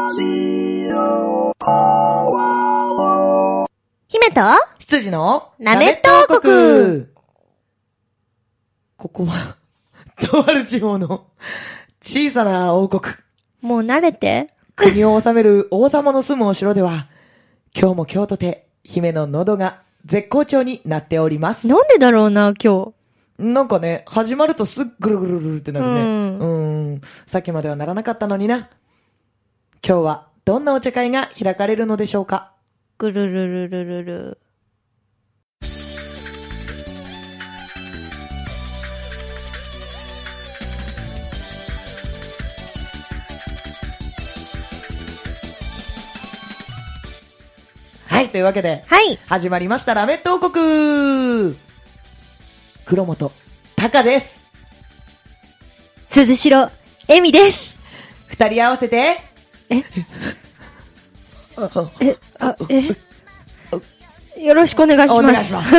姫と羊のラメット王国。 ここはとある地方の小さな王国。 もう慣れて。 国を治める王様の住むお城では、今日も今日とて姫の喉が絶好調になっております。 なんでだろうな、今日。 なんかね、始まるとすっぐるぐるぐるってなるね。さっきまではならなかったのにな。今日はどんなお茶会が開かれるのでしょうか。 ぐるるるるるる。 はい、というわけで、 はい。 始まりましたラメット王国。黒本隆です。 鈴代恵美です。 二人合わせて、 よろしくお願いします。 お願いします。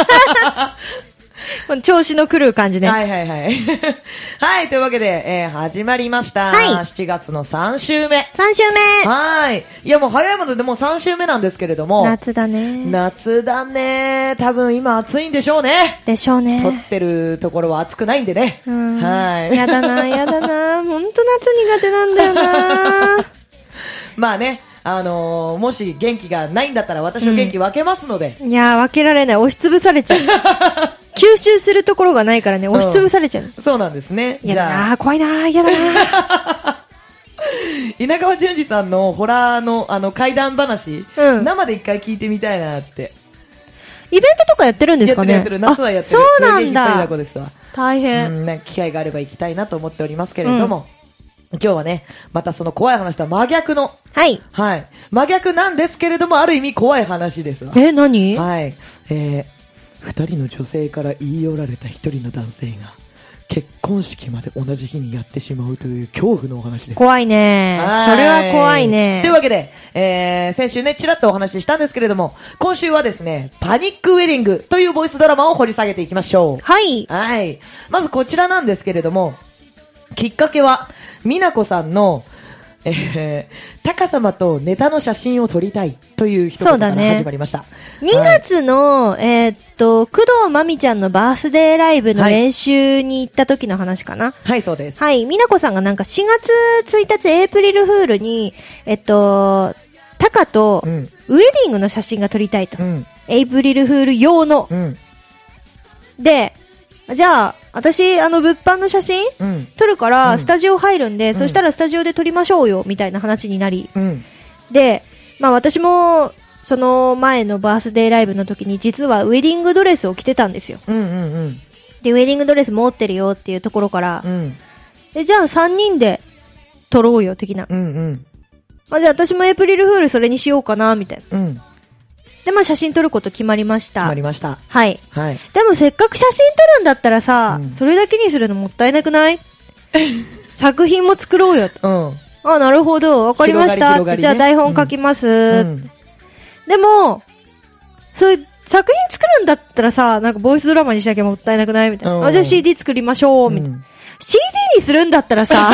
調子の狂う感じね。 はいはいはい。はい、というわけで、始まりました。 はい 7月の3週目。 3週目。 はい。いやもう早いものでもう3週目なんですけれども。 夏だね。 夏だね。多分今暑いんでしょうね。 でしょうね。 撮ってるところは暑くないんでね。はい。 やだな、やだな。ほんと夏苦手なんだよな。 まあね。もし元気がないんだったら私の元気分けますので。 いやー、分けられない。押しつぶされちゃう。吸収するところがないからね、押しつぶされちゃう。 そうなんですね。 やだなー、怖いなー、やだなー。稲川淳二さんのホラーの怪談話、生で一回聞いてみたいなって。 イベントとかやってるんですかね。 やってる、夏はやってる。 そうなんだ。大変。 なんか機会があれば行きたいなと思っておりますけれども。今日はね、またその怖い話とは真逆の。 はい。 はい。真逆なんですけれども、ある意味怖い話ですわ。 何？ はい。二人の女性から言い寄られた一人の男性が、結婚式まで同じ日にやってしまうという恐怖のお話です。 怖いね。それは怖いね。 というわけで、先週ね、ちらっとお話ししたんですけれども、今週はですね、パニックウェディングというボイスドラマを掘り下げていきましょう。 はい。 はい。まずこちらなんですけれども、きっかけは、美奈子さんの、タカ様とネタの写真を撮りたいという一言から始まりました。 2月の、工藤まみちゃんのバースデーライブの練習に行った時の話かな。 はい、そうです。 はい、美奈子さんがなんか4月1日エイプリルフールに、タカとウェディングの写真が撮りたいと。エイプリルフール用の。で、じゃあ、私、物販の写真、撮るから、スタジオ入るんで、そしたらスタジオで撮りましょうよ、みたいな話になり。で、まあ私も、その前のバースデーライブの時に、実はウェディングドレスを着てたんですよ。で、ウェディングドレス持ってるよっていうところから、で、じゃあ3人で撮ろうよ、的な。じゃあ私もエイプリルフールそれにしようかな、みたいな。で、まあ写真撮ること決まりました。 決まりました。 はい。はい。でもせっかく写真撮るんだったらさ、それだけにするのもったいなくない？作品も作ろうよと。あ、なるほど。わかりました。じゃあ台本書きます。でも、そういう作品作るんだったらさ、なんかボイスドラマにしなきゃもったいなくないみたいな。あ、じゃあ CD 作りましょう。みたいな。CD にするんだったらさ、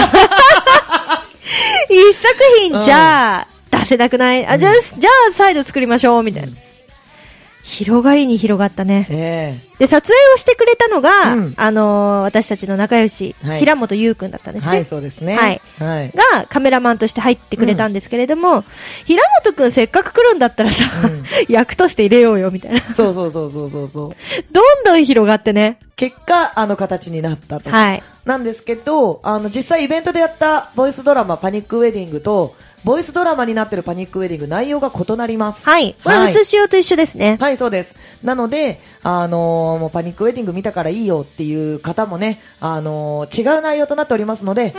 一作品じゃあ、出せなくない？あ、じゃあ再度作りましょうみたいな。広がりに広がったね。で、撮影をしてくれたのが、私たちの仲良し、平本優くんだったんですね。 はい、そうですね。 はい。が、カメラマンとして入ってくれたんですけれども、平本くんせっかく来るんだったらさ、役として入れようよ、みたいな。 そう。どんどん広がってね。 結果、形になったと。 はい。 なんですけど、実際イベントでやったボイスドラマパニックウェディングと、ボイスドラマになってるパニックウェディング内容が異なります。 はい。これ写しようと一緒ですね。 はい、そうです。なので、もうパニックウェディング見たからいいよっていう方もね、違う内容となっておりますので、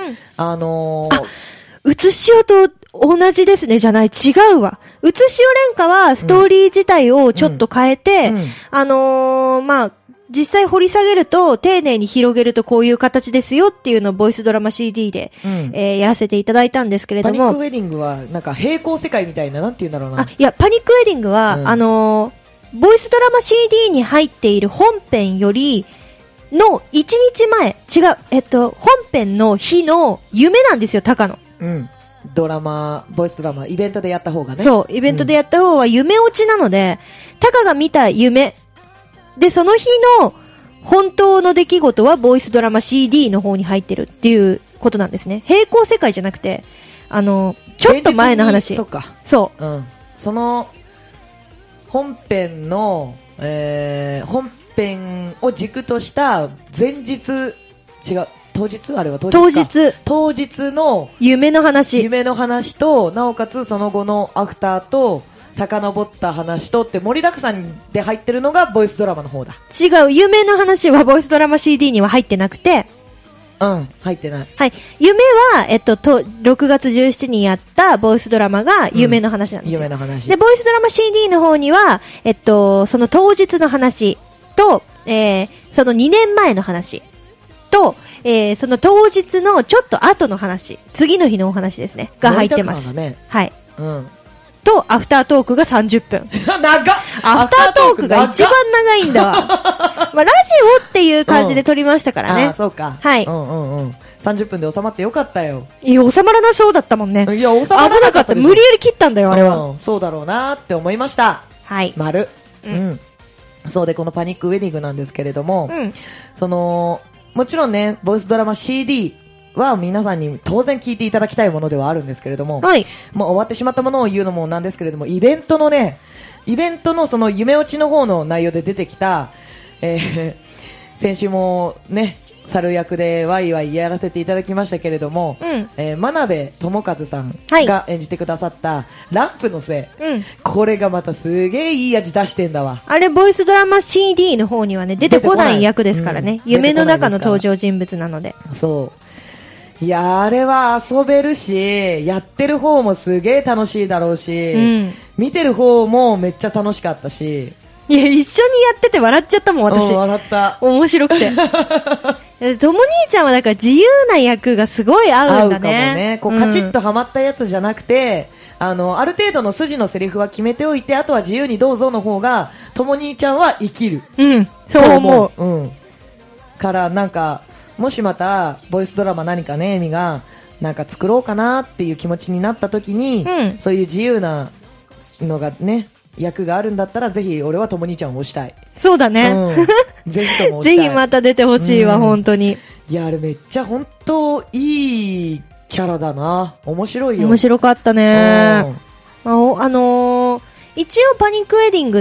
写しようと同じですね、じゃない、違うわ。写しよう連歌はストーリー自体をちょっと変えて、まあ、実際掘り下げると、丁寧に広げるとこういう形ですよっていうのをボイスドラマ CD で、やらせていただいたんですけれども。 パニックウェディングは、なんか平行世界みたいな、なんて言うんだろうな。 いや、パニックウェディングは、ボイスドラマ CD に入っている本編より、の1日前、違う、本編の日の夢なんですよ、高野。 ドラマ、ボイスドラマ、イベントでやった方がね。 そう、イベントでやった方は夢落ちなので、タカが見た夢。で、その日の本当の出来事はボイスドラマ CD の方に入ってるっていうことなんですね。平行世界じゃなくて、ちょっと前の話。 そうか。 そう。 その、本編の、本編を軸とした前日、違う、当日あれは当日の夢の話と、なおかつその後のアフターと、遡った話とって盛りだくさんで入ってるのがボイスドラマの方だ。 違う、夢の話はボイスドラマ CD には入ってなくて、 入ってない。 はい。夢は、6月17日にやったボイスドラマが夢の話なんですよ。 夢の話。 で、ボイスドラマ CD の方には、その当日の話と、その2年前の話と、その当日のちょっと後の話、次の日のお話ですね、が入ってます。 ね、 はい。と、アフタートークが30分。 長っ！ アフタートークが一番長いんだわ。まあ、ラジオっていう感じで撮りましたからね。 そうか。 はい。 30分で収まってよかったよ。 いや、収まらなそうだったもんね。 いや、収まらなかった。 無理やり切ったんだよ、あれは。 そうだろうなって思いました。 はい。 丸。そうで、このパニックウェディングなんですけれども、もちろんね、ボイスドラマ CD、は皆さんに当然聞いていただきたいものではあるんですけれども、もう終わってしまったものを言うのもなんですけれども、イベントのその夢落ちの方の内容で出てきた、先週もね、猿役でワイワイやらせていただきましたけれども、真鍋智和さんが演じてくださったランプのせい、これがまたすげえいい味出してんだわ。 あれボイスドラマ CD の方にはね、出てこない役ですからね、夢の中の登場人物なので。 そう。いや、あれは遊べるし、やってる方もすげえ楽しいだろうし、見てる方もめっちゃ楽しかったし。 いや、一緒にやってて笑っちゃったもん、私。 笑った。 面白くて。とも兄ちゃんはだから自由な役がすごい合うんだね。合うかもね。 こうカチッとハマったやつじゃなくて、ある程度の筋のセリフは決めておいて、あとは自由にどうぞの方が、とも兄ちゃんは生きる。 そう思う。からなんか、もしまたボイスドラマ何かね、エミがなんか作ろうかなっていう気持ちになった時に、そういう自由なのがね、役があるんだったらぜひ俺はとも兄ちゃんを推したい。 そうだね。 ぜひとも推したい。 ぜひまた出てほしいわ、本当に。 いや、あれめっちゃ本当いいキャラだな。面白いよ。 面白かったね。一応パニックウェディングって、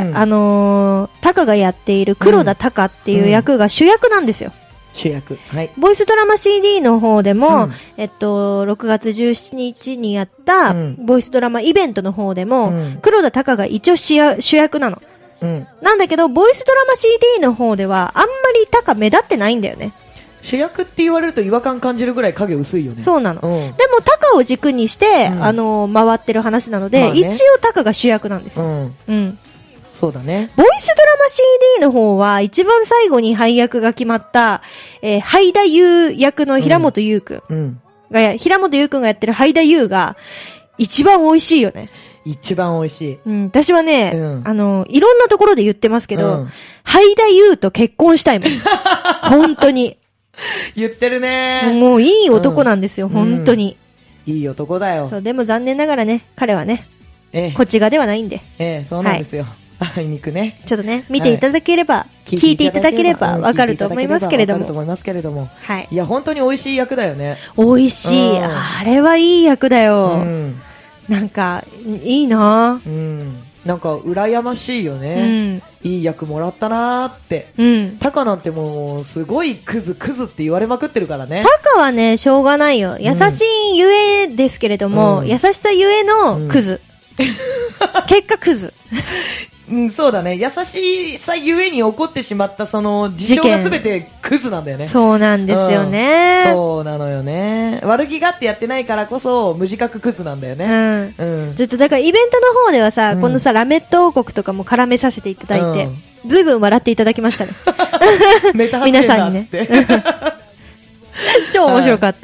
タカがやっている黒田タカっていう役が主役なんですよ。 主役。はい。 ボイスドラマ CD の方でも、6月17日にやった、ボイスドラマイベントの方でも、黒田タカが一応主役なの。なんだけど、ボイスドラマ CD の方では、あんまりタカ目立ってないんだよね。 主役って言われると違和感感じるぐらい影薄いよね。 そうなの。でもタカを軸にして、回ってる話なので、一応タカが主役なんですよ。 そうだね。 ボイスドラマ CD の方は、一番最後に配役が決まった、ハイダユー役の平本優くん。平本優くんがやってるハイダユーが、一番美味しいよね。 一番美味しい。 私はね、いろんなところで言ってますけど、ハイダユーと結婚したいもん。本当に。 言ってるね。 もういい男なんですよ、本当に。 いい男だよ。 でも残念ながらね、彼はね、こっち側ではないんで。 そうなんですよ。あいにくね。 ちょっとね、見ていただければ、聞いていただければわかると思いますけれども。 はい。いや、本当に美味しい役だよね。 美味しい。あれはいい役だよ。なんか、いいな。 なんか、羨ましいよね。いい役もらったなーって。タカなんてもう、すごいクズって言われまくってるからね。 タカはね、しょうがないよ。優しいゆえですけれども、優しさゆえのクズ。結果クズ。 そうだね。優しさゆえに起こってしまったその事象がすべてクズなんだよね。 そうなんですよね。 そうなのよね。悪気があってやってないからこそ無自覚クズなんだよね。 ちょっとだからイベントの方ではさ、このさラメット王国とかも絡めさせていただいて、ずいぶん笑っていただきましたね。 ネタ皆さんにね。超面白かった。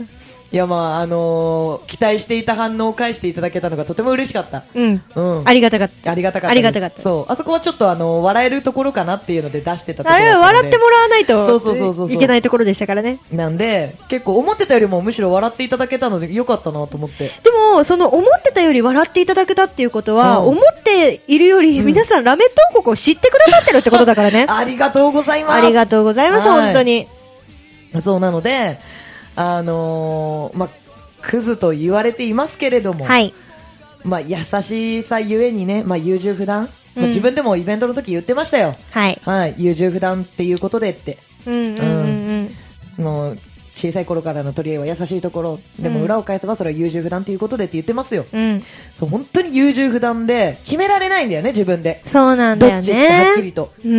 いや、まあ、期待していた反応を返していただけたのがとても嬉しかった。 うん。うん。ありがたかった。 ありがたかった。 ありがたかった。 そう。あそこはちょっと笑えるところかなっていうので出してたところあれは笑ってもらわないと、 そういけないところでしたからね。 なんで、結構思ってたよりもむしろ笑っていただけたのでよかったなと思って。 でも、その思ってたより笑っていただけたっていうことは、思っているより皆さんラメット王国を知ってくださってるってことだからね。 ありがとうございます。 ありがとうございます、本当に。 そうなので、まあ、クズと言われていますけれども、はい、まあ、優しさゆえにね、まあ、優柔不断、うん、自分でもイベントの時言ってましたよ。はい。はい、優柔不断っていうことでって。もう、小さい頃からの取り合いは優しいところ、でも裏を返せばそれは優柔不断っていうことでって言ってますよ。うん。そう、本当に優柔不断で、決められないんだよね、自分で。 そうなんだよね。 どっちってはっきりと。うん。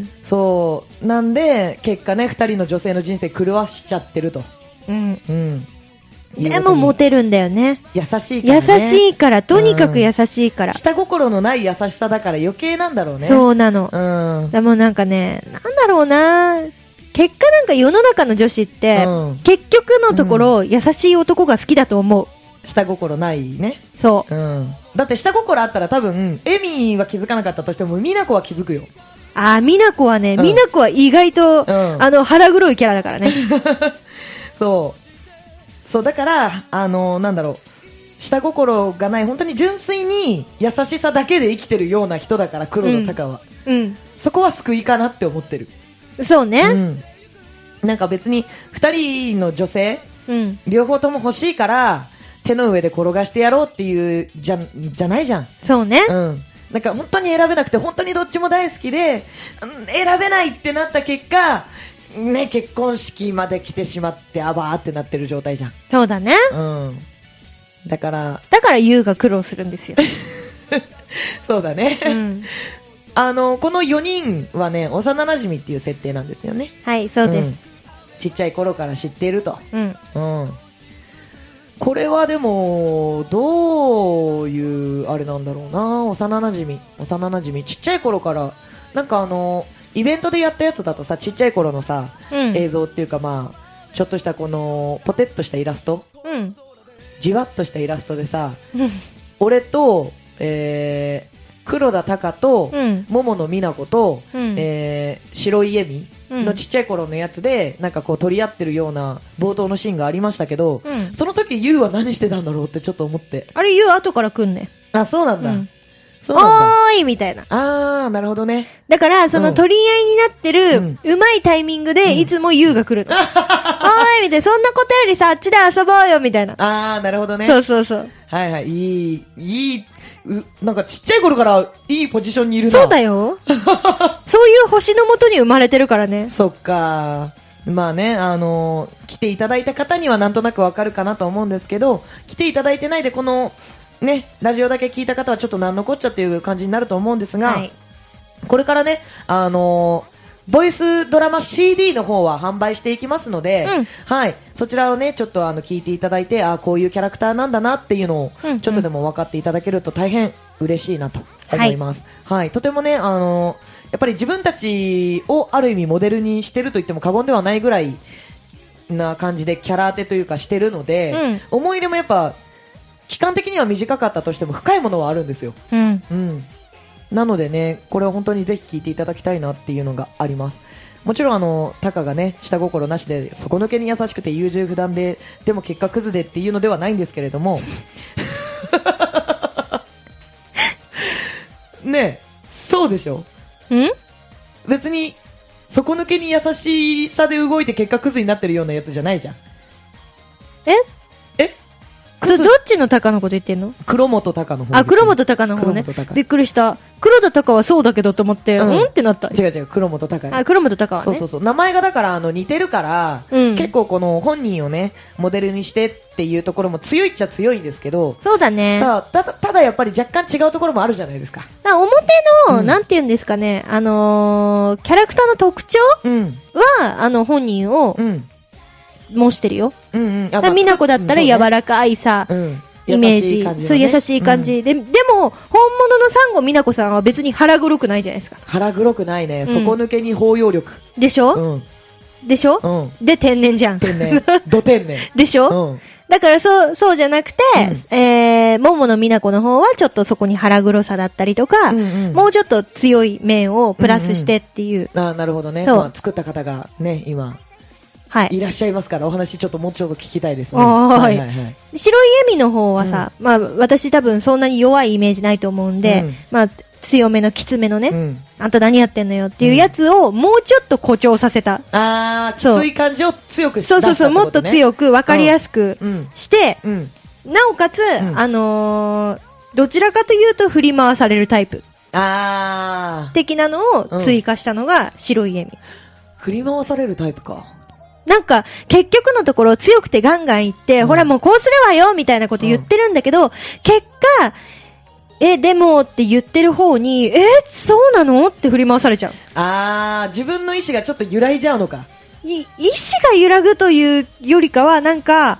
そう。なんで、結果ね、二人の女性の人生狂わしちゃってると。うん。うん。 でもモテるんだよね。 優しいからね。 優しいから、とにかく優しいから。 下心のない優しさだから余計なんだろうね。 そうなの。うん。でもなんかね、なんだろうな。結果なんか世の中の女子って、結局のところ、優しい男が好きだと思う。 下心ないね。 そう。 うん。だって下心あったら多分、エミは気づかなかったとしても、ミナコは気づくよ。 あ、ミナコはね、ミナコは意外と、腹黒いキャラだからね。 そう。そう、だから、なんだろう、下心がない、本当に純粋に優しさだけで生きてるような人だから、黒田隆は。うん。そこは救いかなって思ってる。 そうね。うん。 なんか別に、二人の女性、うん、両方とも欲しいから、手の上で転がしてやろうっていう、じゃないじゃん。 そうね。 うん。なんか本当に選べなくて、本当にどっちも大好きで、選べないってなった結果、ね、結婚式まで来てしまってあばーってなってる状態じゃん。 そうだね。 うん。だから優が苦労するんですよ。 そうだね。うん、この4人はね、幼馴染っていう設定なんですよね。 はい、そうです。うん、 ちっちゃい頃から知っていると。うん。うん。これはでも、どういう、あれなんだろうな、幼馴染、ちっちゃい頃から、なんかイベントでやったやつだとさ、ちっちゃい頃のさ、うん、映像っていうかまあ、ちょっとしたこの、ポテッとしたイラスト、うん、じわっとしたイラストでさ、うん、俺と、黒田隆と、うん、桃野美奈子と、うん、白井恵美のちっちゃい頃のやつで、なんかこう取り合ってるような冒頭のシーンがありましたけど、うん、その時優は何してたんだろうってちょっと思って。 あれ優後から来んね。 あ、そうなんだ。うんおーいみたいな。 あー、なるほどね。 だから、その取り合いになってる、うまいタイミングで、いつも優が来るの。おーいみたいな、そんなことよりさ、あっちで遊ぼうよみたいな。 あー、なるほどね。 そうそうそう。 はいはい、いい、なんかちっちゃい頃からいいポジションにいるな。 そうだよ。そういう星の下に生まれてるからね。 そっか。まあね、来ていただいた方にはなんとなくわかるかなと思うんですけど、来ていただいてないでこの、ね、ラジオだけ聞いた方はちょっと何のこっちゃっていう感じになると思うんですが、はい、これからね、ボイスドラマ CD の方は販売していきますので、うん、はい、そちらをね、ちょっと聞いていただいて、こういうキャラクターなんだなっていうのを、ちょっとでも分かっていただけると大変嬉しいなと思います。はい、はい、とてもね、やっぱり自分たちをある意味モデルにしてると言っても過言ではないぐらいな感じでキャラ当てというかしてるので、うん、思い入れもやっぱ、期間的には短かったとしても深いものはあるんですよ。うん。うん。なのでね、これは本当にぜひ聞いていただきたいなっていうのがあります。もちろんタカがね、下心なしで底抜けに優しくて優柔不断で、でも結果クズでっていうのではないんですけれども。ねえ、そうでしょ？ん？別に、底抜けに優しさで動いて結果クズになってるようなやつじゃないじゃん。 え？どっちのタカのこと言ってんの？ 黒本タカの方。 あ、黒本タカの方ね。びっくりした。黒田タカはそうだけどと思って、ってなった。 違う、黒本タカ、ね。 あ、黒本タカはね。 そう。名前がだから似てるから、結構この本人をね、モデルにしてっていうところも強いっちゃ強いんですけど。 そうだね。 さあ、ただやっぱり若干違うところもあるじゃないですか。 表の、なんて言うんですかね、キャラクターの特徴は、本人を、模してるよ。美奈子だったら柔らかいさ、イメージ。そう、優しい感じ。でも、本物のサンゴ美奈子さんは別に腹黒くないじゃないですか。 腹黒くないね。底抜けに包容力。 でしょ？でしょ？で、天然じゃん。 天然。ど天然。 でしょ？ だからそうじゃなくて、桃野美奈子の方はちょっとそこに腹黒さだったりとか、もうちょっと強い面をプラスしてっていう。 なるほどね。まあ、作った方がね、今、 はい。 いらっしゃいますから、お話もうちょっと聞きたいですね。 はい。白井恵美の方はさ、まあ、私多分そんなに弱いイメージないと思うんで、まあ、強めのきつめのね、あんた何やってんのよっていうやつをもうちょっと誇張させた。 きつい感じを強くしたってことね。 そう、もっと強く分かりやすくして、なおかつ、どちらかというと振り回されるタイプ。的なのを追加したのが白井恵美。 振り回されるタイプか。 なんか、結局のところ強くてガンガン言って、ほらもうこうするわよみたいなこと言ってるんだけど、結果、でもって言ってる方に、そうなのって振り回されちゃう。自分の意志がちょっと揺らいじゃうのか。 意志が揺らぐというよりかは、なんか、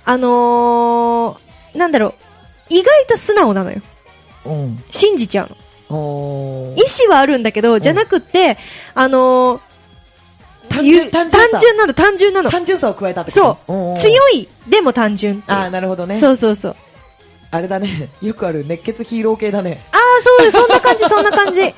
なんだろう、意外と素直なのよ。信じちゃうの。意志はあるんだけど、じゃなくって、単純なの。 単純さを加えたってこと。そう。強い、でも単純。 なるほどね。 そう。 あれだね。よくある熱血ヒーロー系だね。 そうです。そんな感じ。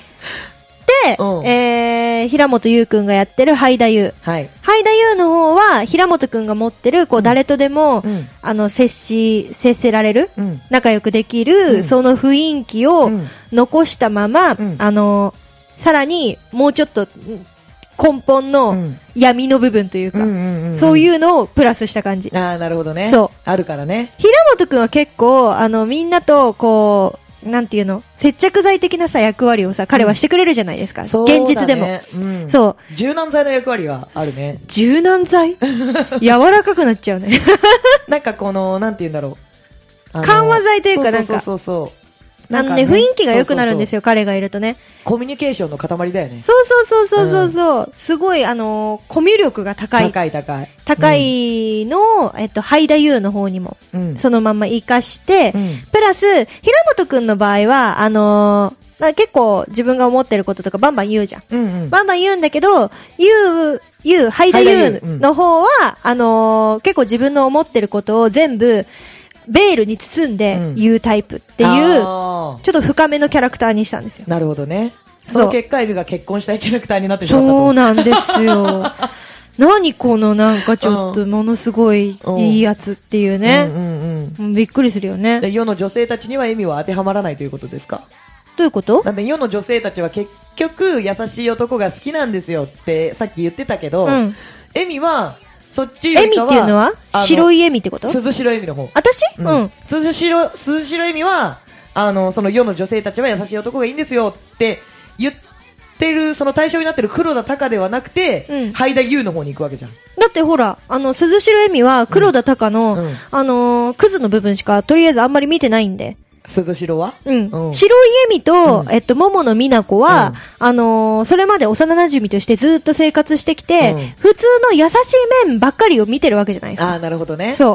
で、平本優くんがやってるハイダユ。ハイダユの方は、平本くんが持ってる、こう、誰とでも、接せられる、仲良くできる、その雰囲気を残したまま、さらに、もうちょっと、根本の闇の部分というか、そういうのをプラスした感じ。 なるほどね。 そう。 あるからね。 平本くんは結構、みんなと、こう、なんていうの、接着剤的なさ、役割をさ、彼はしてくれるじゃないですか。現実でも。そう。 柔軟剤の役割があるね。 柔軟剤柔らかくなっちゃうね。 なんかこの、なんていうんだろう。緩和剤というかなんか。 そう。 雰囲気が良くなるんですよ、彼がいるとね。 コミュニケーションの塊だよね。 そう。すごい、コミュ力が高い。高いのを、ハイダユーの方にも、そのまま活かして、プラス、平本くんの場合は、結構自分が思ってることとかバンバン言うじゃん。バンバン言うんだけど、ハイダユーの方は、結構自分の思ってることを全部、ベールに包んで言うタイプっていう、ちょっと深めのキャラクターにしたんですよ。 なるほどね。その結果、エビが結婚したいキャラクターになってしまったと。 そうなんですよ。何このなんかちょっとものすごいいいやつっていうね。びっくりするよね。 世の女性たちにはエミは当てはまらないということですか？ どういうこと？ なんで世の女性たちは結局優しい男が好きなんですよってさっき言ってたけど、エミはそっちよりかは。 エミっていうのは白いエミってこと？ 鈴代エミの方。 私？ 鈴代エミは、その世の女性たちは優しい男がいいんですよって言ってる、その対象になってる黒田隆ではなくて、ハイダユーの方に行くわけじゃん。 だってほら、鈴代エミは黒田隆の、クズの部分しかとりあえずあんまり見てないんで。 鈴代は？ 白いエミと、桃野美奈子は、それまで幼馴染としてずっと生活してきて、普通の優しい面ばっかりを見てるわけじゃないですか。 なるほどね。 そう。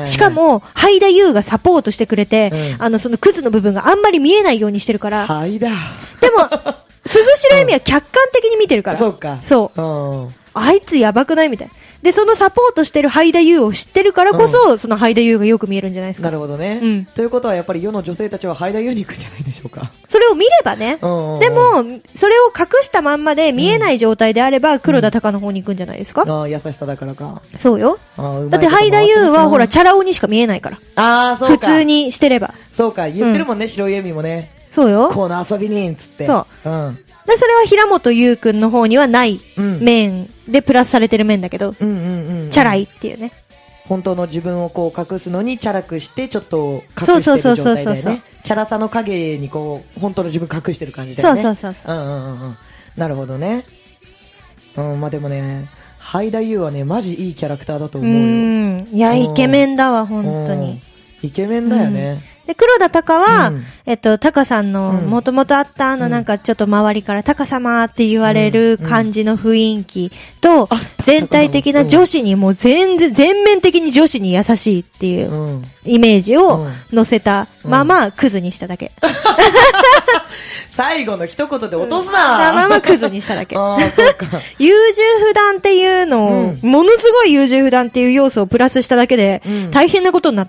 しかも、ハイダユーがサポートしてくれて、そのクズの部分があんまり見えないようにしてるから。 ハイダ。 でも、鈴代エミは客観的に見てるから。 そうか。 そう。あいつやばくないみたいな。で、そのサポートしてるハイダユーを知ってるからこそ、そのハイダユーがよく見えるんじゃないですか。 なるほどね。ということはやっぱり世の女性たちはハイダユーに行くんじゃないでしょうか。 それを見ればね。でも、それを隠したまんまで見えない状態であれば、黒田隆の方に行くんじゃないですか。 優しさだからか。 そうよ。だってハイダユーはほら、チャラ男にしか見えないから。 そうか。 普通にしてれば。 そうか、言ってるもんね、白いエミもね。 そうよ。 この遊びに、つって。 そう。で、それは平本優くんの方にはない面でプラスされてる面だけど、チャラいっていうね。 本当の自分をこう隠すのにチャラくしてちょっと隠してる状態だよね。チャラさの影にこう本当の自分隠してる感じだよね。 そう。 なるほどね。まあでもね、ハイダユーはねマジいいキャラクターだと思うよ。 いやイケメンだわ本当に。 イケメンだよね。 で、黒田隆は、隆さんの、もともとあったなんかちょっと周りから隆様って言われる感じの雰囲気と、全体的な女子にもう全面的に女子に優しいっていうイメージを乗せたままクズにしただけ。 最後の一言で落とすな。 ままクズにしただけ。 ああ、そうか。 優柔不断っていうのを、ものすごい優柔不断っていう要素をプラスしただけで、大変なことになった。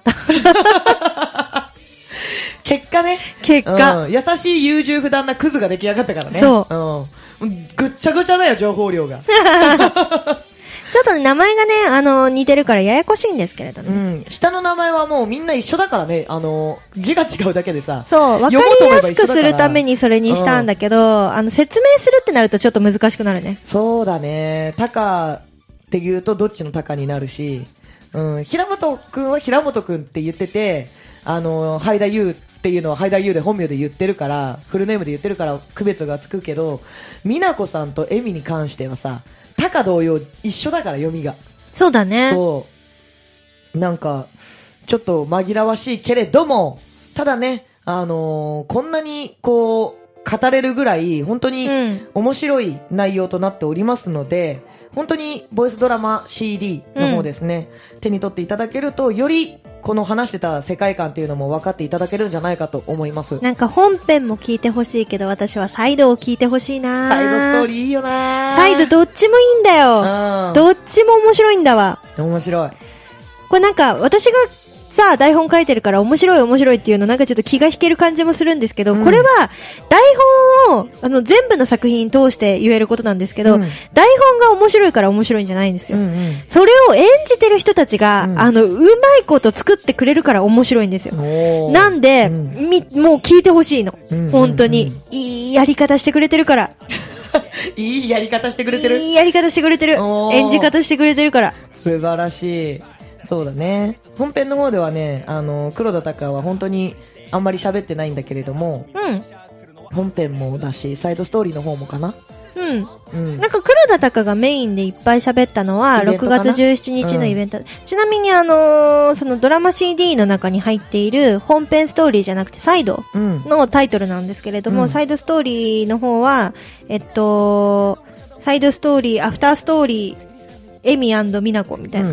結果ね。 結果。 優しい優柔不断なクズが出来上がったからね。 そう。 ぐっちゃぐちゃだよ、情報量が。 ちょっとね、名前がね、似てるからややこしいんですけれどね。 下の名前はもうみんな一緒だからね、字が違うだけでさ。 そう、わかりやすくするためにそれにしたんだけど、説明するってなるとちょっと難しくなるね。 そうだね。タカって言うとどっちのタカになるし、平本くんは平本くんって言ってて、ハイダユーっていうのはハイダユーで本名で言ってるから、フルネームで言ってるから区別がつくけど、美奈子さんとエミに関してはさ、タカ同様一緒だから読みが。 そうだね。 そう。なんか、ちょっと紛らわしいけれども、ただね、こんなにこう、語れるぐらい、本当に面白い内容となっておりますので、本当にボイスドラマ CD の方ですね、手に取っていただけると、よりこの話してた世界観っていうのも分かっていただけるんじゃないかと思います。 なんか本編も聞いてほしいけど、私はサイドを聞いてほしいな。 サイドストーリーいいよな。 サイドどっちもいいんだよ。どっちも面白いんだわ。 面白い。 これなんか私がさ、台本書いてるから面白いっていうのなんかちょっと気が引ける感じもするんですけど、これは台本を全部の作品通して言えることなんですけど、台本が面白いから面白いんじゃないんですよ。それを演じてる人たちが、うまいこと作ってくれるから面白いんですよ。なんで、もう聞いてほしいの。本当に。いいやり方してくれてるから。 いいやり方してくれてる。 いいやり方してくれてる。演じ方してくれてるから。 素晴らしい。そうだね。本編の方ではね、黒田隆は本当にあんまり喋ってないんだけれども、本編もだし、サイドストーリーの方もかな。なんか黒田隆がメインでいっぱい喋ったのは6月17日のイベント。ちなみにそのドラマ CD の中に入っている本編ストーリーじゃなくてサイドのタイトルなんですけれども、サイドストーリーの方は、サイドストーリー、アフターストーリー、エミ&美奈子みたいな。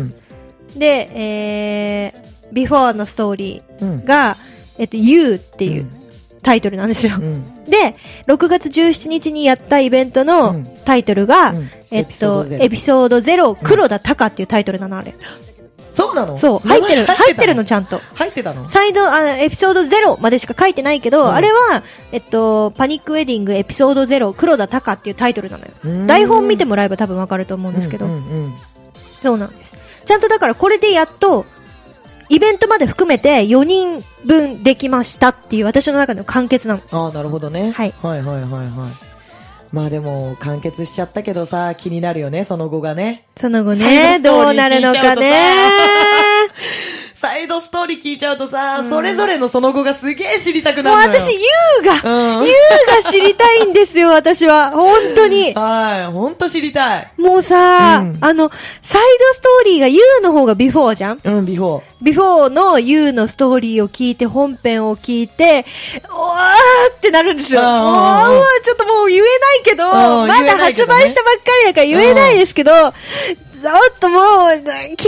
で、ビフォーのストーリーが、You っていうタイトルなんですよ。で、6月17日にやったイベントのタイトルが、エピソード0、黒田隆っていうタイトルなの、あれ。 そうなの？ そう、入ってるの、ちゃんと。 入ってたの？ エピソード0までしか書いてないけど、あれは、パニックウェディングエピソード0、黒田隆っていうタイトルなのよ。台本見てもらえば多分わかると思うんですけど。そうなんです。ちゃんとだからこれでやっと、イベントまで含めて4人分できましたっていう私の中の完結なの。 ああ、なるほどね。 はい。 はい。まあでも、完結しちゃったけどさ、気になるよね、その後がね。 その後ね、どうなるのかね。 サイドストーリー聞いちゃうとさ、それぞれのその後がすげえ知りたくなるのよ。 もう私、ユウが知りたいんですよ、私は。本当に。 はい、本当知りたい。 もうさ、サイドストーリーがユウの方がビフォーじゃん？ ビフォー。 ビフォーのユウのストーリーを聞いて、本編を聞いて、おーってなるんですよ。ちょっともう言えないけど、まだ発売したばっかりだから言えないですけど、ちょっともう、聞いて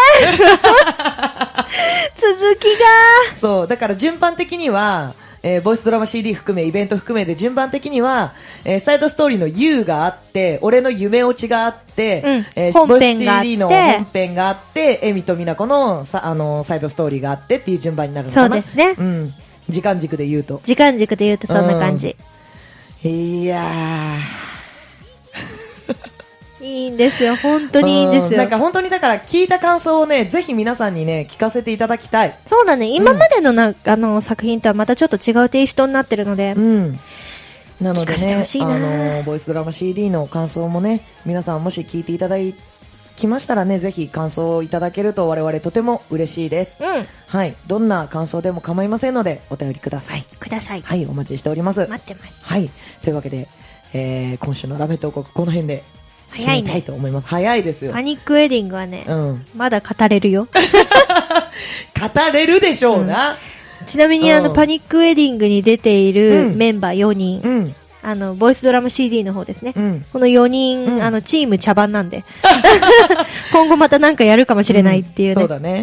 続きが。 そう、だから順番的には、ボイスドラマ CD 含め、イベント含めで順番的には、サイドストーリーの You があって、俺の夢落ちがあって、 本編があって、 ボイス CD の本編があって、エミとミナコのサイドストーリーがあってっていう順番になるのかな。 そうですね。 時間軸で言うと。 時間軸で言うとそんな感じ。 いやいいんですよ。本当にいいんですよ。 なんか本当にだから聞いた感想をね、ぜひ皆さんにね、聞かせていただきたい。 そうだね。今までの作品とはまたちょっと違うテイストになってるので。 なのでね、ボイスドラマ CD の感想もね、皆さんもし聞いていただきましたらね、ぜひ感想をいただけると我々とても嬉しいです。はい。どんな感想でも構いませんので、お便りください。はい。お待ちしております。 待ってます。 はい。というわけで、今週のラメット王国、この辺で、早いね。と思います。早いですよ。 パニックウェディングはね、まだ語れるよ。 語れるでしょうな。 ちなみにパニックウェディングに出ているメンバー4人、ボイスドラマ CD の方ですね。この4人、チーム茶番なんで。今後またなんかやるかもしれないっていうね。 そうだね。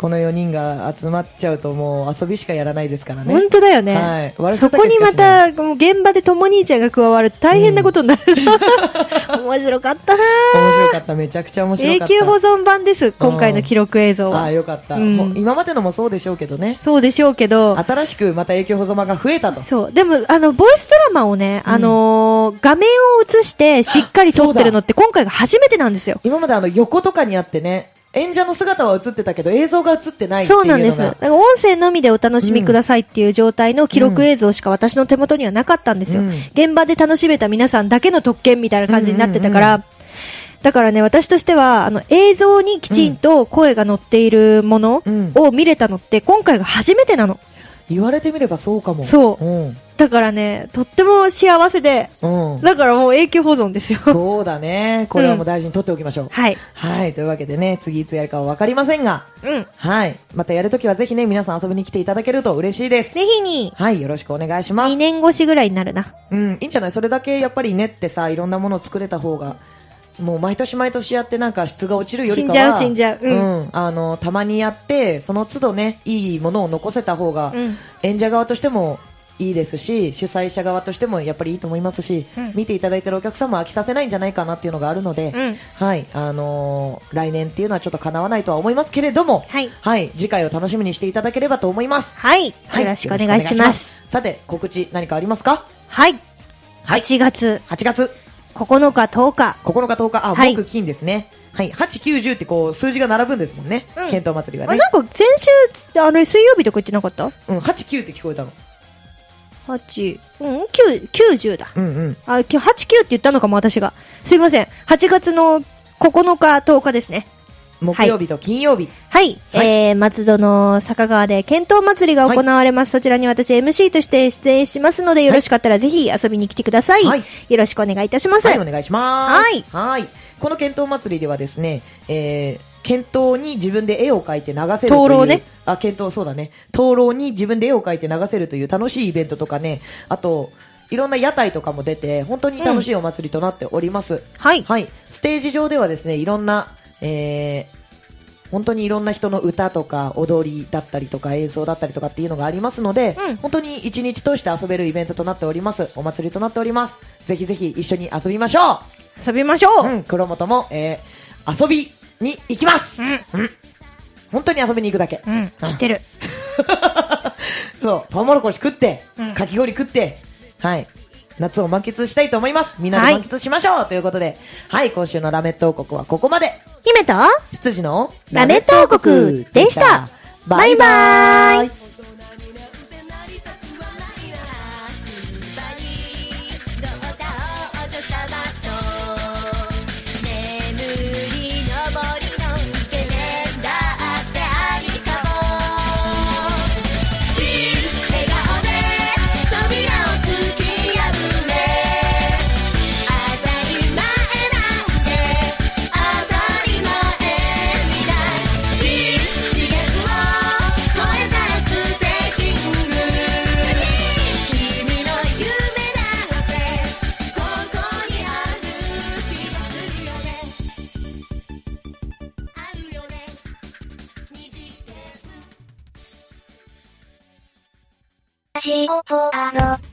この4人が集まっちゃうともう遊びしかやらないですからね。 本当だよね。はい。そこにまた、現場でとも兄ちゃんが加わると大変なことになる。面白かったな面白かった。めちゃくちゃ面白かった。 永久保存版です、今回の記録映像は。 ああ、よかった。もう今までのもそうでしょうけどね。 そうでしょうけど。 新しくまた永久保存版が増えたと。 そう。でも、ボイスドラマをね、画面を映してしっかり撮ってるのって今回が初めてなんですよ。 今まで横とかにあってね、演者の姿は映ってたけど映像が映ってないっていうのが。 そうなんです。だから音声のみでお楽しみくださいっていう状態の記録映像しか私の手元にはなかったんですよ。現場で楽しめた皆さんだけの特権みたいな感じになってたから、だからね、私としては、映像にきちんと声が乗っているものを見れたのって今回が初めてなの。 言われてみればそうかも。 そう。だからね、とっても幸せで、だからもう永久保存ですよ。 そうだね。これはもう大事に取っておきましょう。 はい。 はい。というわけでね、次いつやるかはわかりませんが、はい。またやるときはぜひね、皆さん遊びに来ていただけると嬉しいです。 ぜひに。 はい。よろしくお願いします。 2年越しぐらいになるな。 いいんじゃない？それだけやっぱりねってさ、いろんなものを作れた方が、もう毎年毎年やってなんか質が落ちるよりかは死んじゃう。たまにやってその都度ねいいものを残せた方が、演者側としてもいいですし主催者側としてもやっぱりいいと思いますし、見ていただいているお客さんも飽きさせないんじゃないかなっていうのがあるので、はい、来年っていうのはちょっと叶わないとは思いますけれども、はい、次回を楽しみにしていただければと思います。 はい、よろしくお願いします。 さて告知何かありますか？ はい、8月9日、10日。 9日、10日。あ、木、金ですね。はい。8、9、10ってこう、数字が並ぶんですもんね。剣闘祭りがね。 なんか先週、水曜日とか言ってなかった 8、9って聞こえたの。 8、9、10だ。8、9って言ったのかも、私が。すいません。8月の9日、10日ですね。 木曜日と金曜日。 はい。松戸の坂川で剣闘祭りが行われます。そちらに私 MC として出演しますので、よろしかったらぜひ遊びに来てください。よろしくお願いいたします。 はい、お願いします。はい。この剣闘祭りではですね、剣闘に自分で絵を描いて流せるという。 灯籠ね。 剣闘、そうだね。灯籠に自分で絵を描いて流せるという楽しいイベントとかね、あと、いろんな屋台とかも出て、本当に楽しいお祭りとなっております。 はい。 はい。ステージ上ではですね、いろんな、本当にいろんな人の歌とか踊りだったりとか演奏だったりとかっていうのがありますので、本当に一日通して遊べるイベントとなっております。お祭りとなっております。ぜひぜひ一緒に遊びましょう。 遊びましょう。 黒本も、遊びに行きます。本当に遊びに行くだけ。 知ってる。 そう、トウモロコシ食って、かき氷食って、はい。夏を満喫したいと思います。みんなで満喫しましょう、ということで、はい、今週のラメット王国はここまで。 姫と執事のラメット王国でした。バイバーイ。 ラジオポアド。